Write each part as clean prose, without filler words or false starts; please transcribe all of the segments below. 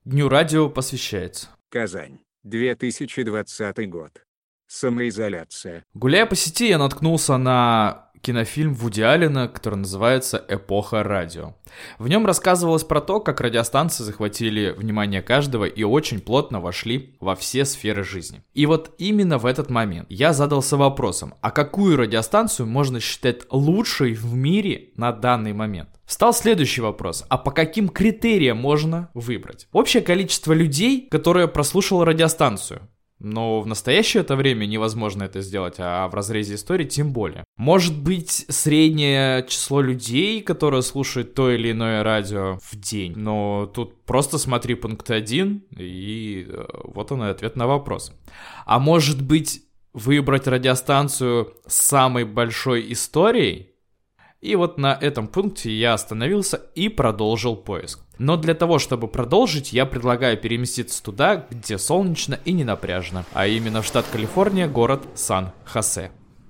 Дню радио посвящается. Казань, 2020 год. Самоизоляция. Гуляя по сети, я наткнулся на кинофильм Вуди Аллена, который называется «Эпоха радио». В нем рассказывалось про то, как радиостанции захватили внимание каждого и очень плотно вошли во все сферы жизни. И вот именно в этот момент я задался вопросом, а какую радиостанцию можно считать лучшей в мире на данный момент? Встал следующий вопрос, а по каким критериям можно выбрать? Общее количество людей, которое прослушало радиостанцию. Но в настоящее это время невозможно это сделать, а в разрезе истории тем более. Может быть, среднее число людей, которые слушают то или иное радио в день. Но тут просто смотри пункт 1, и вот он и ответ на вопрос. А может быть, выбрать радиостанцию с самой большой историей? И вот на этом пункте я остановился и продолжил поиск. Но для того, чтобы продолжить, я предлагаю переместиться туда, где солнечно и не напряжно, а именно в штат Калифорния, город Сан-Хосе.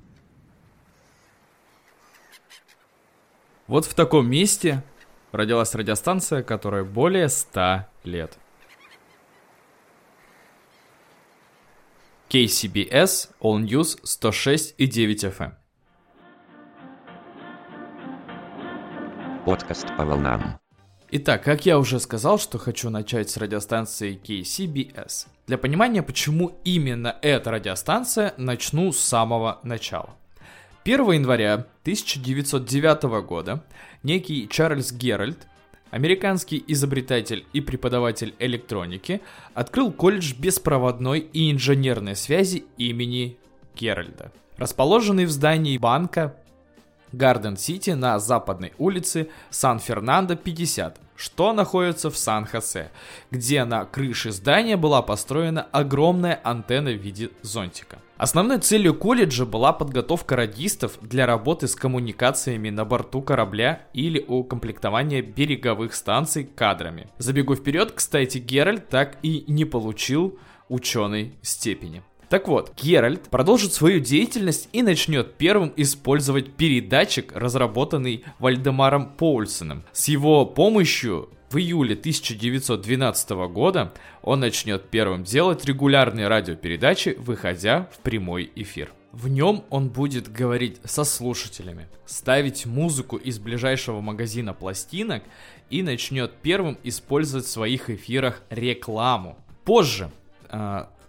Вот в таком месте родилась радиостанция, которая более 100 лет. KCBS All News 106,9 FM. Подкаст по волнам. Итак, как я уже сказал, что хочу начать с радиостанции KCBS. Для понимания, почему именно эта радиостанция, начну с самого начала. 1 января 1909 года некий Чарльз Геральд, американский изобретатель и преподаватель электроники, открыл колледж беспроводной и инженерной связи имени Геральда, расположенный в здании банка Гарден-Сити на западной улице Сан-Фернандо 50, что находится в Сан-Хосе, где на крыше здания была построена огромная антенна в виде зонтика. Основной целью колледжа была подготовка радистов для работы с коммуникациями на борту корабля или укомплектования береговых станций кадрами. Забегу вперед, кстати, Геральд так и не получил ученой степени. Так вот, Геральд продолжит свою деятельность и начнет первым использовать передатчик, разработанный Вальдемаром Поульсеном. С его помощью в июле 1912 года он начнет первым делать регулярные радиопередачи, выходя в прямой эфир. В нем он будет говорить со слушателями, ставить музыку из ближайшего магазина пластинок и начнет первым использовать в своих эфирах рекламу. Позже, в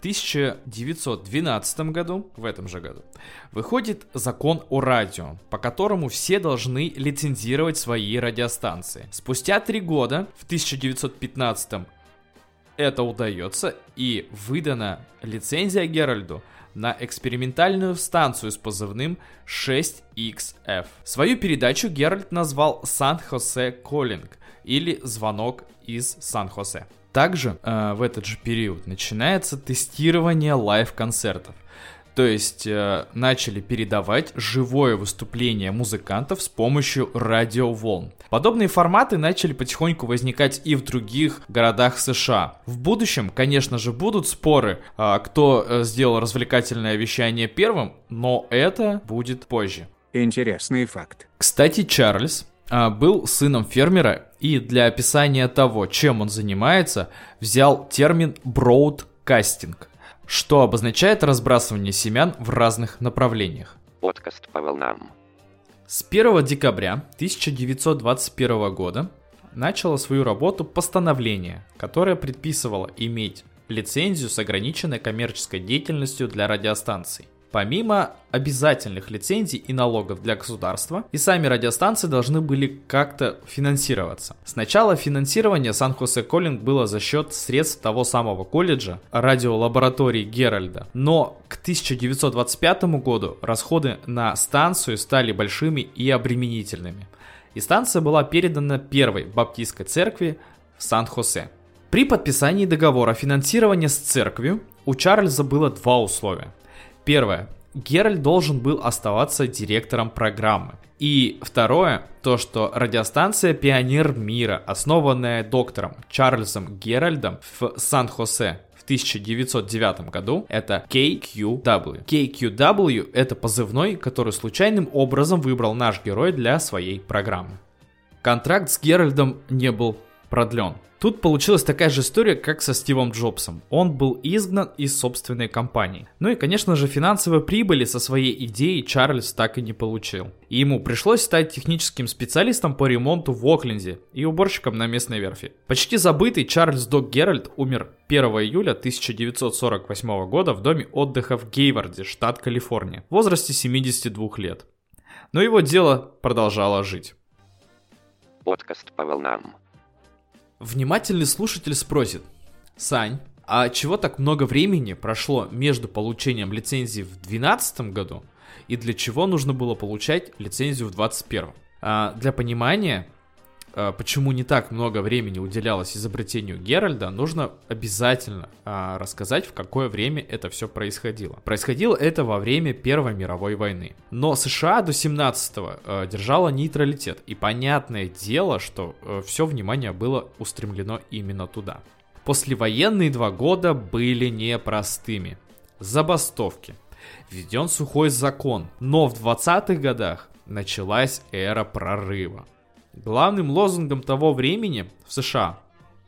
1912 году, в этом же году, выходит закон о радио, по которому все должны лицензировать свои радиостанции. Спустя 3 года, в 1915 это удается, и выдана лицензия Геральду на экспериментальную станцию с позывным 6XF. Свою передачу Геральд назвал «Сан-Хосе Коллинг» или «Звонок из Сан-Хосе». Также в этот же период начинается тестирование лайв-концертов. То есть начали передавать живое выступление музыкантов с помощью радиоволн. Подобные форматы начали потихоньку возникать и в других городах США. В будущем, конечно же, будут споры, кто сделал развлекательное вещание первым, но это будет позже. Интересный факт. Кстати, Чарльз был сыном фермера и для описания того, чем он занимается, взял термин «броудкастинг», что обозначает разбрасывание семян в разных направлениях. Подкаст по волнам. С 1 декабря 1921 года начало свою работу постановление, которое предписывало иметь лицензию с ограниченной коммерческой деятельностью для радиостанций. Помимо обязательных лицензий и налогов для государства, и сами радиостанции должны были как-то финансироваться. Сначала финансирование Сан-Хосе Коллинг было за счет средств того самого колледжа, радиолаборатории Геральда. Но к 1925 году расходы на станцию стали большими и обременительными. И станция была передана Первой Баптистской церкви в Сан-Хосе. При подписании договора финансирования с церковью у Чарльза было 2 условия. Первое. Геральд должен был оставаться директором программы. И второе, то что радиостанция «Пионер мира», основанная доктором Чарльзом Геральдом в Сан-Хосе в 1909 году, это KQW. KQW — это позывной, который случайным образом выбрал наш герой для своей программы. Контракт с Геральдом не был продлен. Тут получилась такая же история, как со Стивом Джобсом. Он был изгнан из собственной компании. Ну и, конечно же, финансовой прибыли со своей идеей Чарльз так и не получил. И ему пришлось стать техническим специалистом по ремонту в Окленде и уборщиком на местной верфи. Почти забытый Чарльз Док Геральд умер 1 июля 1948 года в доме отдыха в Гейварде, штат Калифорния, в возрасте 72 лет. Но его дело продолжало жить. Подкаст по волнам. Внимательный слушатель спросит: Сань, а чего так много времени прошло между получением лицензии в 2012 году и для чего нужно было получать лицензию в 2021? Для понимания, почему не так много времени уделялось изобретению Геральда, нужно обязательно рассказать, в какое время это все происходило. Происходило это во время Первой мировой войны. Но США до 17-го держала нейтралитет, и понятное дело, что все внимание было устремлено именно туда. Послевоенные 2 года были непростыми. Забастовки, введен сухой закон, но в 20-х годах началась эра прорыва. Главным лозунгом того времени в США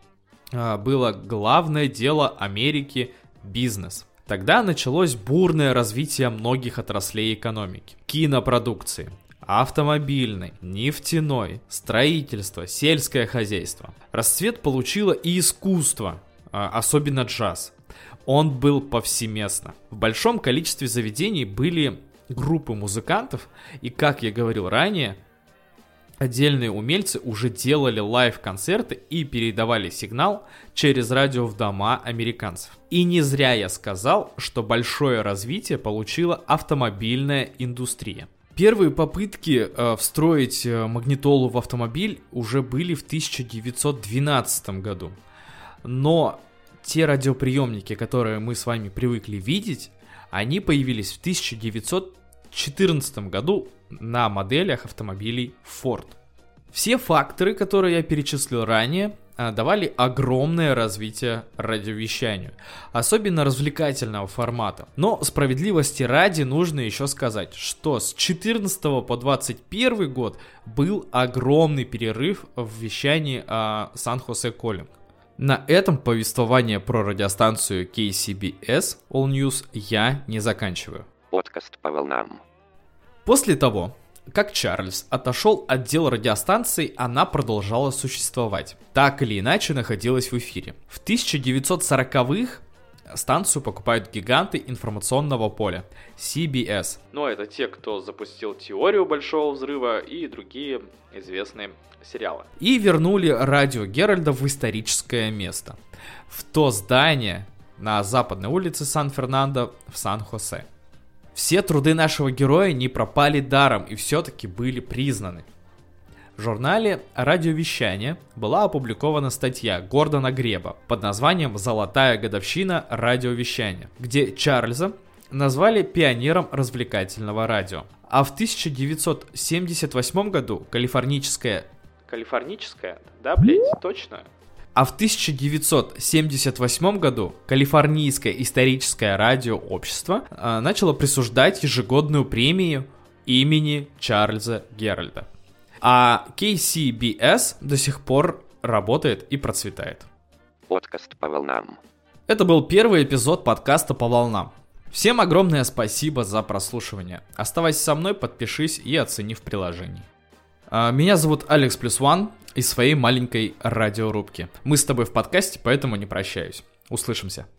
было «Главное дело Америки – бизнес». Тогда началось бурное развитие многих отраслей экономики. Кинопродукции, автомобильной, нефтяной, строительство, сельское хозяйство. Расцвет получило и искусство, особенно джаз. Он был повсеместно. В большом количестве заведений были группы музыкантов, и, как я говорил ранее, отдельные умельцы уже делали лайв-концерты и передавали сигнал через радио в дома американцев. И не зря я сказал, что большое развитие получила автомобильная индустрия. Первые попытки встроить магнитолу в автомобиль уже были в 1912 году. Но те радиоприемники, которые мы с вами привыкли видеть, они появились в 1914 году на моделях автомобилей Ford. Все факторы, которые я перечислил ранее, давали огромное развитие радиовещанию, особенно развлекательного формата. Но справедливости ради нужно еще сказать, что с 14 по 21 год был огромный перерыв в вещании Сан-Хосе Calling. На этом повествование про радиостанцию KCBS All News я не заканчиваю. Подкаст по волнам. После того, как Чарльз отошел от дел радиостанции, она продолжала существовать. Так или иначе находилась в эфире. В 1940-х станцию покупают гиганты информационного поля CBS. Но это те, кто запустил теорию Большого взрыва и другие известные сериалы. И вернули радио Геральда в историческое место. В то здание на западной улице Сан-Фернандо в Сан-Хосе. Все труды нашего героя не пропали даром и все-таки были признаны. В журнале «Радиовещание» была опубликована статья Гордона Греба под названием «Золотая годовщина радиовещания», где Чарльза назвали пионером развлекательного радио. А в 1978 году калифорнийское... Да, блять, точно? А в 1978 году Калифорнийское историческое радиообщество начало присуждать ежегодную премию имени Чарльза Геральда. А KCBS до сих пор работает и процветает. Подкаст по волнам. Это был первый эпизод подкаста по волнам. Всем огромное спасибо за прослушивание. Оставайся со мной, подпишись и оцени в приложении. Меня зовут Алекс Плюс Ван из своей маленькой радиорубки. Мы с тобой в подкасте, поэтому не прощаюсь. Услышимся.